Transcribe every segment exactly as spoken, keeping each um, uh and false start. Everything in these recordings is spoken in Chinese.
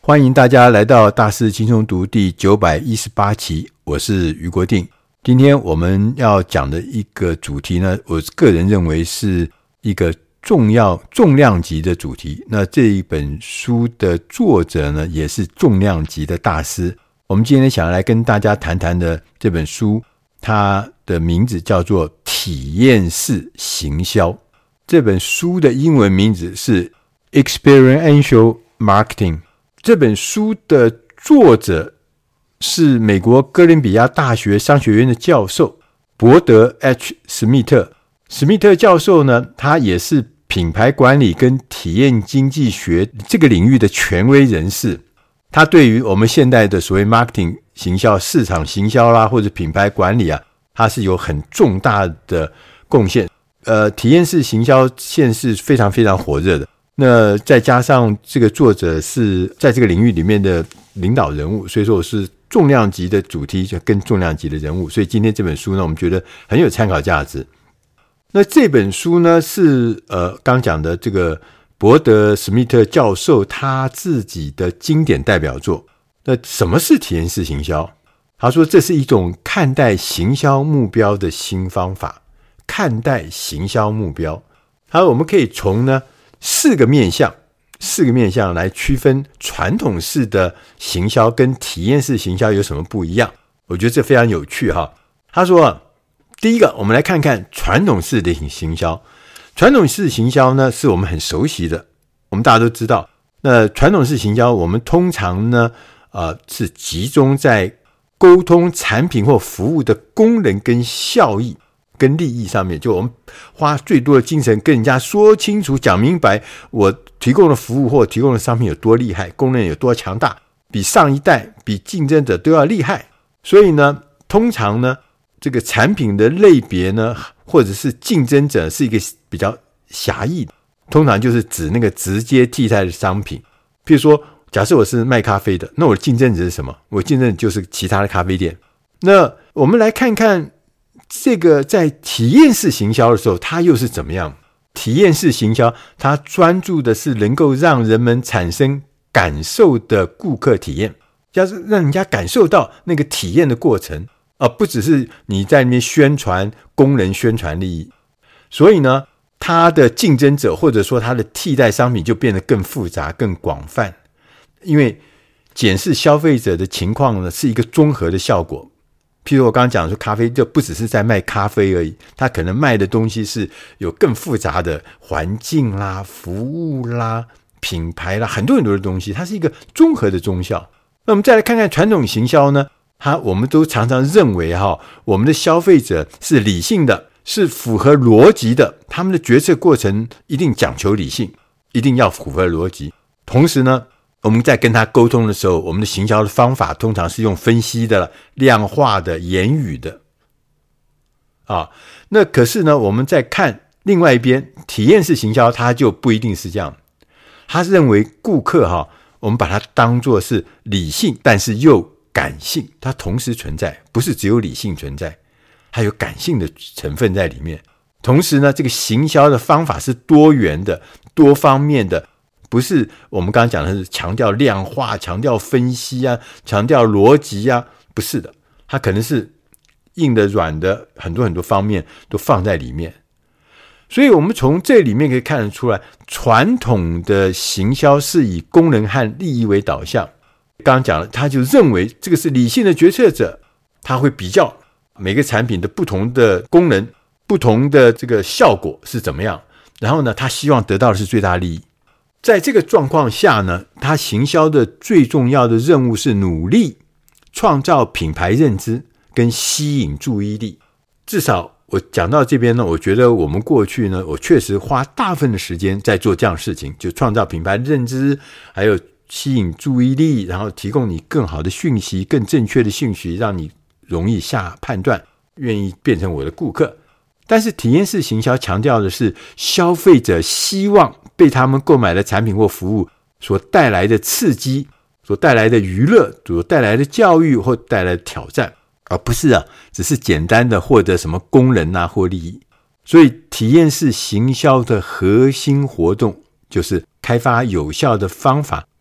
欢迎大家来到大师轻松读第九百一十八期，我是余国定。今天我们要讲的一个主题呢，我个人认为是一个重要重量级的主题。那这一本书的作者呢，也是重量级的大师。我们今天想来跟大家谈谈的这本书，它的名字叫做体验式行销。这本书的英文名字是 Experiential Marketing。这本书的作者是美国哥伦比亚大学商学院的教授伯德 H. 史密特。史密特教授呢，他也是品牌管理跟体验经济学这个领域的权威人士。他对于我们现代的所谓 marketing 行销、市场行销啦，或者品牌管理啊，他是有很重大的贡献。呃，体验式行销现在是非常非常火热的。那再加上这个作者是在这个领域里面的领导人物，所以说我是重量级的主题跟重量级的人物，所以今天这本书呢，我们觉得很有参考价值。那这本书呢是呃刚讲的这个伯德史密特教授他自己的经典代表作。那什么是体验式行销？他说这是一种看待行销目标的新方法。看待行销目标，他说我们可以从呢四个面向四个面向来区分传统式的行销跟体验式行销有什么不一样。我觉得这非常有趣哈。他说啊，第一个我们来看看传统式的行销。传统式行销呢是我们很熟悉的，我们大家都知道。那传统式行销我们通常呢呃是集中在沟通产品或服务的功能跟效益跟利益上面，就我们花最多的精神跟人家说清楚讲明白我提供的服务或提供的商品有多厉害，功能有多强大，比上一代比竞争者都要厉害。所以呢通常呢这个产品的类别呢或者是竞争者是一个比较狭义的，通常就是指那个直接替代的商品。譬如说假设我是卖咖啡的，那我的竞争者是什么？我的竞争者就是其他的咖啡店。那我们来看看这个在体验式行销的时候它又是怎么样。体验式行销它专注的是能够让人们产生感受的顾客体验，要是让人家感受到那个体验的过程，而不只是你在那边宣传功能宣传利益。所以呢它的竞争者或者说它的替代商品就变得更复杂更广泛，因为检视消费者的情况呢是一个综合的效果。譬如我刚刚讲说咖啡就不只是在卖咖啡而已，它可能卖的东西是有更复杂的环境啦、服务啦、品牌啦，很多很多的东西，它是一个综合的综效。那我们再来看看传统行销呢，它我们都常常认为哈，我们的消费者是理性的，是符合逻辑的，他们的决策过程一定讲求理性，一定要符合逻辑。同时呢我们在跟他沟通的时候，我们的行销的方法通常是用分析的、量化的、言语的啊。那可是呢我们在看另外一边体验式行销，它就不一定是这样。他认为顾客哈，我们把它当作是理性但是又感性，它同时存在，不是只有理性存在，还有感性的成分在里面。同时呢这个行销的方法是多元的、多方面的，不是我们刚刚讲的是强调量化、强调分析啊、强调逻辑啊，不是的，它可能是硬的、软的，很多很多方面都放在里面。所以我们从这里面可以看得出来，传统的行销是以功能和利益为导向。刚刚讲了，他就认为这个是理性的决策者，他会比较每个产品的不同的功能、不同的这个效果是怎么样，然后呢他希望得到的是最大利益。在这个状况下呢，他行销的最重要的任务是努力创造品牌认知跟吸引注意力。至少我讲到这边呢，我觉得我们过去呢，我确实花大部分的时间在做这样的事情，就创造品牌认知，还有吸引注意力，然后提供你更好的讯息、更正确的讯息，让你容易下判断，愿意变成我的顾客。但是体验式行销强调的是消费者希望被他们购买的产品或服务所带来的刺激、所带来的娱乐、所带来的教育或带来的挑战，而不是啊，只是简单的获得什么功能啊或利益。所以体验式行销的核心活动就是开发有效的方法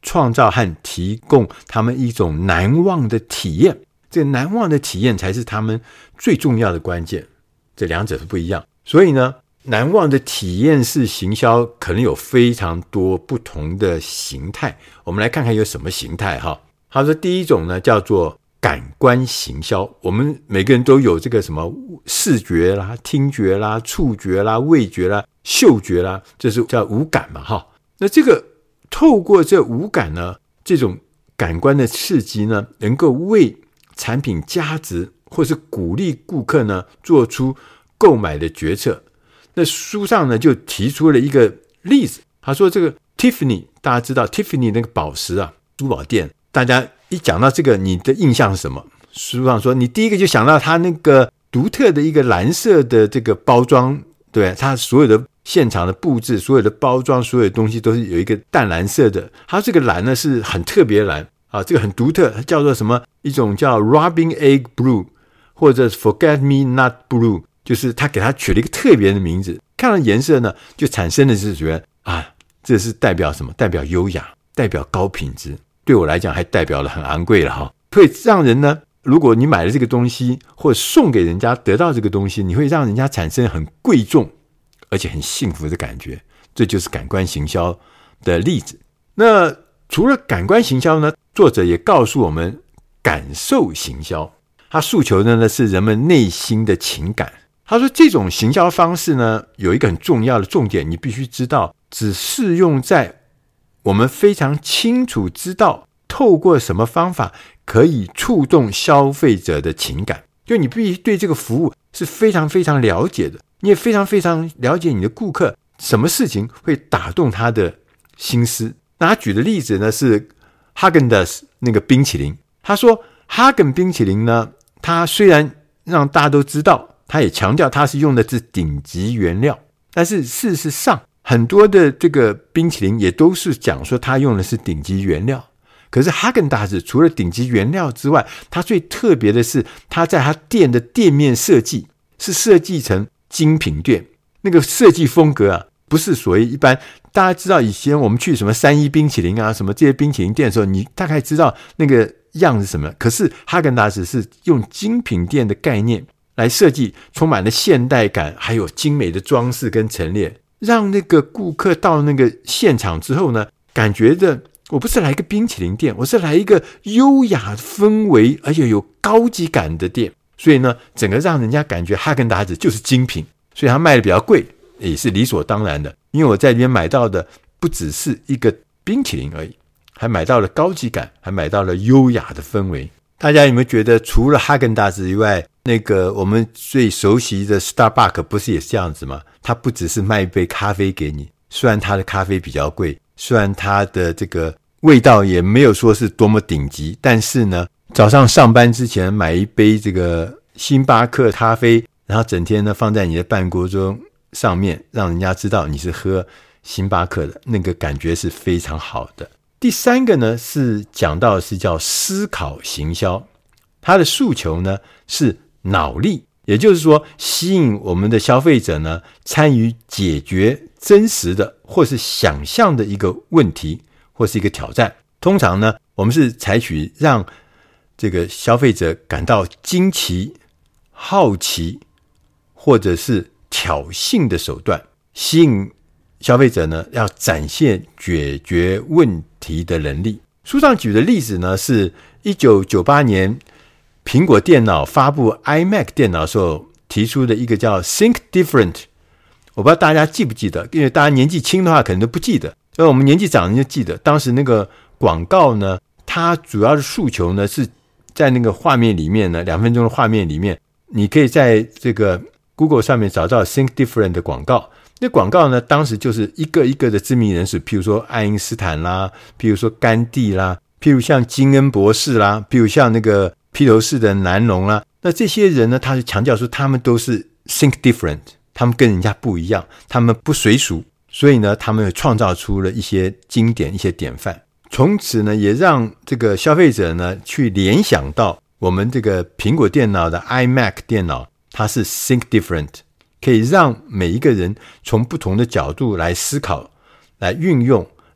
创造和提供他们一种难忘的体验，这个难忘的体验才是他们最重要的关键，这两者是不一样。所以呢，难忘的体验式行销可能有非常多不同的形态，我们来看看有什么形态哈。他说第一种呢叫做感官行销，我们每个人都有这个什么视觉啦、听觉啦、触觉啦、味觉啦、嗅觉啦，这是叫五感嘛哈。那这个透过这五感呢，这种感官的刺激呢，能够为产品加值或是鼓励顾客呢做出购买的决策。那书上呢就提出了一个例子，他说这个 Tiffany， 大家知道 Tiffany 那个宝石啊珠宝店，大家一讲到这个你的印象是什么？书上说你第一个就想到它那个独特的一个蓝色的这个包装，对，它所有的现场的布置，所有的包装，所有的东西都是有一个淡蓝色的，它这个蓝呢是很特别的蓝啊，这个很独特，它叫做什么？一种叫 Robin Egg Blue 或者 Forget Me Not Blue， 就是它给它取了一个特别的名字，看到颜色呢就产生的是觉得啊，这是代表什么？代表优雅，代表高品质，对我来讲还代表了很昂贵了哈，会让人呢，如果你买了这个东西或者送给人家得到这个东西，你会让人家产生很贵重而且很幸福的感觉，这就是感官行销的例子。那除了感官行销呢，作者也告诉我们感受行销，他诉求的呢是人们内心的情感。他说这种行销方式呢有一个很重要的重点，你必须知道只适用在我们非常清楚知道透过什么方法可以触动消费者的情感，就你必须对这个服务是非常非常了解的，你也非常非常了解你的顾客什么事情会打动他的心思。那他举的例子呢是 Häagen-Dazs 那个冰淇淋，他说 Häagen 冰淇淋呢，它虽然让大家都知道，他也强调它是用的是顶级原料，但是事实上很多的这个冰淇淋也都是讲说它用的是顶级原料，可是 Häagen-Dazs 除了顶级原料之外，它最特别的是它在它店的店面设计是设计成精品店，那个设计风格啊不是所谓一般，大家知道以前我们去什么三一冰淇淋啊什么这些冰淇淋店的时候，你大概知道那个样子什么，可是 Häagen-Dazs 是用精品店的概念来设计，充满了现代感，还有精美的装饰跟陈列，让那个顾客到那个现场之后呢，感觉的我不是来一个冰淇淋店，我是来一个优雅氛围而且有高级感的店，所以呢整个让人家感觉 Häagen-Dazs 就是精品，所以它卖的比较贵也是理所当然的，因为我在里面买到的不只是一个冰淇淋而已，还买到了高级感，还买到了优雅的氛围。大家有没有觉得除了 Häagen-Dazs 以外，那个我们最熟悉的 Starbucks 不是也是这样子吗？它不只是卖一杯咖啡给你，虽然它的咖啡比较贵，虽然它的这个味道也没有说是多么顶级，但是呢早上上班之前买一杯这个星巴克咖啡，然后整天呢放在你的办公桌上面，让人家知道你是喝星巴克的，那个感觉是非常好的。第三个呢是讲到的是叫思考行销，它的诉求呢是脑力，也就是说吸引我们的消费者呢参与解决真实的或是想象的一个问题或是一个挑战。通常呢我们是采取让这个消费者感到惊奇、好奇或者是挑衅的手段，吸引消费者呢要展现解决问题的能力。书上举的例子呢是一九九八年苹果电脑发布 iMac 电脑的时候提出的一个叫 Think Different， 我不知道大家记不记得，因为大家年纪轻的话可能都不记得，所以我们年纪长的就记得，当时那个广告呢它主要的诉求呢是在那个画面里面呢，两分钟的画面里面，你可以在这个 Google 上面找到 Think Different 的广告。那广告呢当时就是一个一个的知名人士，譬如说爱因斯坦啦，譬如说甘地啦，譬如像金恩博士啦，譬如像那个披头士的南龙啦，那这些人呢他是强调说他们都是 Think Different， 他们跟人家不一样，他们不随俗，所以呢他们创造出了一些经典一些典范，从此呢也让这个消费者呢去联想到我们这个苹果电脑的 iMac 电脑它是 Think Different， 可以让每一个人从不同的角度来思考，来运用，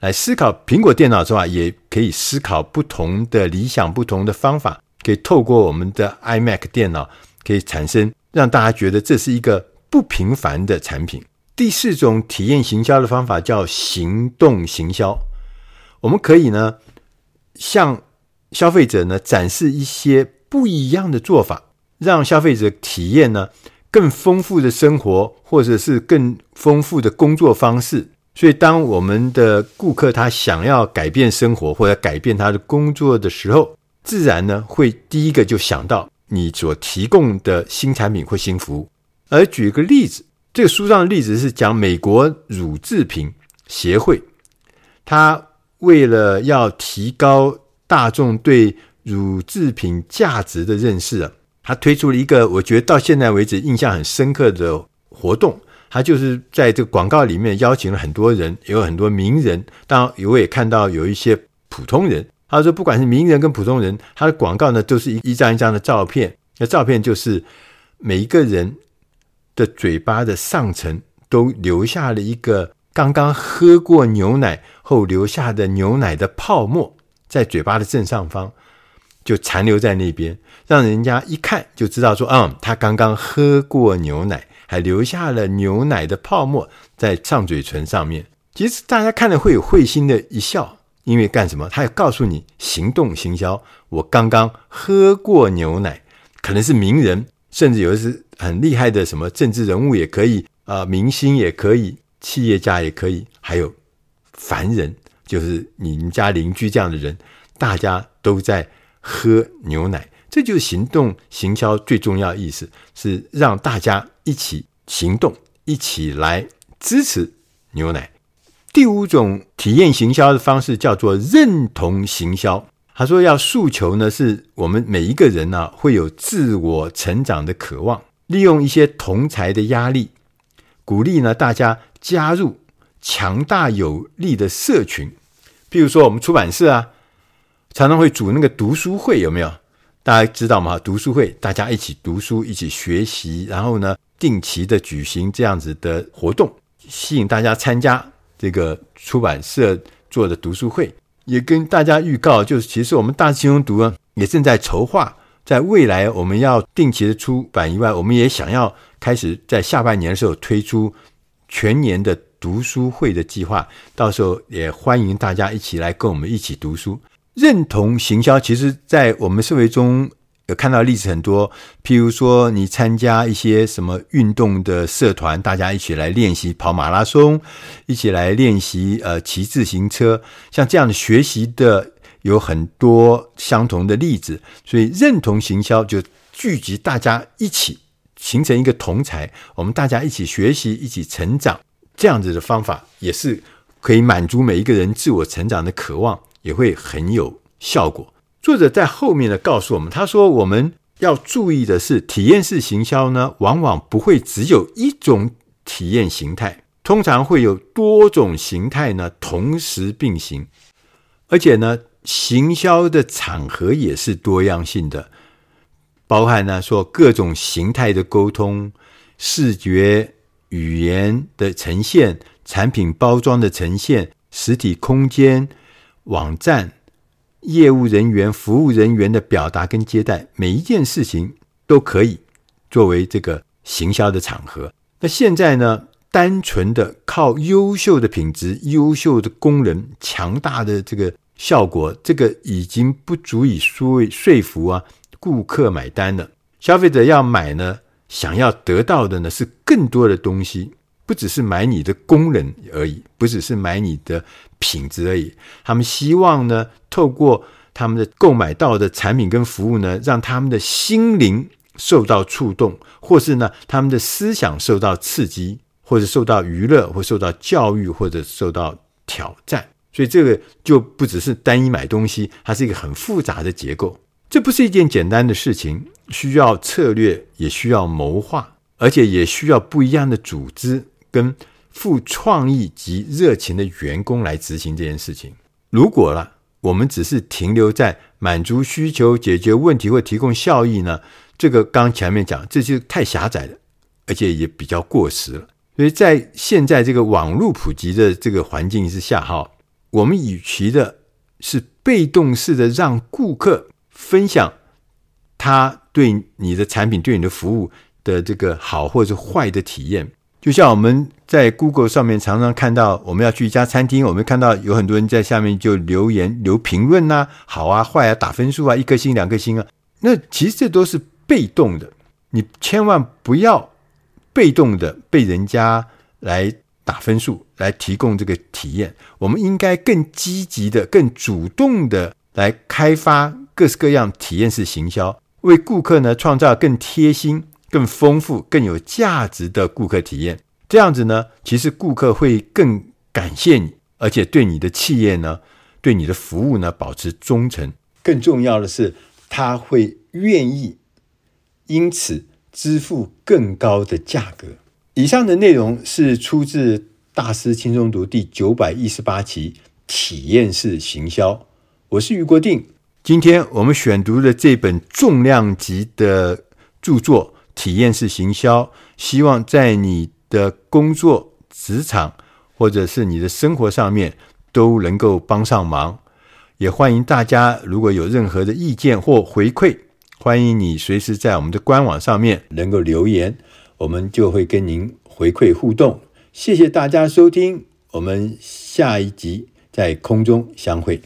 来思考苹果电脑之外，也可以思考不同的理想、不同的方法，可以透过我们的 iMac 电脑，可以产生让大家觉得这是一个不平凡的产品。第四种体验行销的方法叫行动行销。我们可以呢，向消费者呢展示一些不一样的做法，让消费者体验呢更丰富的生活，或者是更丰富的工作方式。所以当我们的顾客他想要改变生活或者改变他的工作的时候，自然呢会第一个就想到你所提供的新产品或新服务。而举个例子，这个书上的例子是讲美国乳制品协会，他为了要提高大众对乳制品价值的认识啊，他推出了一个我觉得到现在为止印象很深刻的活动。他就是在这个广告里面邀请了很多人，有很多名人，当然我也看到有一些普通人。他说不管是名人跟普通人，他的广告呢都是一张一张的照片，那照片就是每一个人的嘴巴的上层都留下了一个刚刚喝过牛奶后留下的牛奶的泡沫，在嘴巴的正上方就残留在那边，让人家一看就知道说，嗯，他刚刚喝过牛奶，还留下了牛奶的泡沫在上嘴唇上面。其实大家看了会有会心的一笑，因为干什么？他要告诉你行动行销，我刚刚喝过牛奶。可能是名人，甚至有的是很厉害的什么政治人物也可以、呃、明星也可以，企业家也可以，还有凡人，就是你们家邻居这样的人，大家都在喝牛奶。这就是行动行销最重要的意思，是让大家一起行动，一起来支持牛奶。第五种体验行销的方式叫做认同行销。他说要诉求呢，是我们每一个人呢、啊、会有自我成长的渴望，利用一些同侪的压力，鼓励呢大家加入强大有力的社群。譬如说我们出版社啊，常常会组那个读书会，有没有？大家知道吗？读书会大家一起读书，一起学习，然后呢定期的举行这样子的活动，吸引大家参加这个出版社做的读书会。也跟大家预告，就是其实我们大师轻松读呢也正在筹划，在未来我们要定期的出版以外，我们也想要开始在下半年的时候推出全年的读书会的计划，到时候也欢迎大家一起来跟我们一起读书。认同行销其实在我们社会中有看到例子很多，譬如说你参加一些什么运动的社团，大家一起来练习跑马拉松，一起来练习呃骑自行车，像这样的学习的有很多相同的例子。所以认同行销就聚集大家一起形成一个同侪，我们大家一起学习，一起成长，这样子的方法也是可以满足每一个人自我成长的渴望，也会很有效果。作者在后面呢告诉我们，他说我们要注意的是，体验式行销呢往往不会只有一种体验形态，通常会有多种形态呢同时并行，而且呢行销的场合也是多样性的，包含呢说各种形态的沟通、视觉语言的呈现、产品包装的呈现、实体空间、网站、业务人员、服务人员的表达跟接待，每一件事情都可以作为这个行销的场合。那现在呢，单纯的靠优秀的品质、优秀的功能、强大的这个效果，这个已经不足以说说服啊顾客买单了。消费者要买呢，想要得到的呢是更多的东西，不只是买你的功能而已，不只是买你的品质而已。他们希望呢，透过他们的购买到的产品跟服务呢，让他们的心灵受到触动，或是呢，他们的思想受到刺激，或者受到娱乐，或受到教育，或者受到挑战。所以这个就不只是单一买东西，它是一个很复杂的结构。这不是一件简单的事情，需要策略，也需要谋划，而且也需要不一样的组织跟富创意及热情的员工来执行这件事情。如果啦，我们只是停留在满足需求、解决问题或提供效益呢，这个刚前面讲，这就太狭窄了，而且也比较过时了。所以在现在这个网络普及的这个环境之下哈， 我们与其的是被动式的让顾客分享他对你的产品对你的服务的这个好或者坏的体验。就像我们在 Google 上面常常看到，我们要去一家餐厅，我们看到有很多人在下面就留言留评论啊，好啊坏啊，打分数啊，一颗星两颗星啊，那其实这都是被动的，你千万不要被动的被人家来打分数，来提供这个体验。我们应该更积极的更主动的来开发各式各样体验式行销，为顾客呢创造更贴心更丰富更有价值的顾客体验。这样子呢，其实顾客会更感谢你，而且对你的企业呢对你的服务呢保持忠诚。更重要的是，他会愿意因此支付更高的价格。以上的内容是出自大师轻松读第九百一十八期体验式行销。我是余国定。今天我们选读的这本重量级的著作体验式行销，希望在你的工作职场或者是你的生活上面都能够帮上忙。也欢迎大家如果有任何的意见或回馈，欢迎你随时在我们的官网上面能够留言，我们就会跟您回馈互动。谢谢大家收听，我们下一集在空中相会。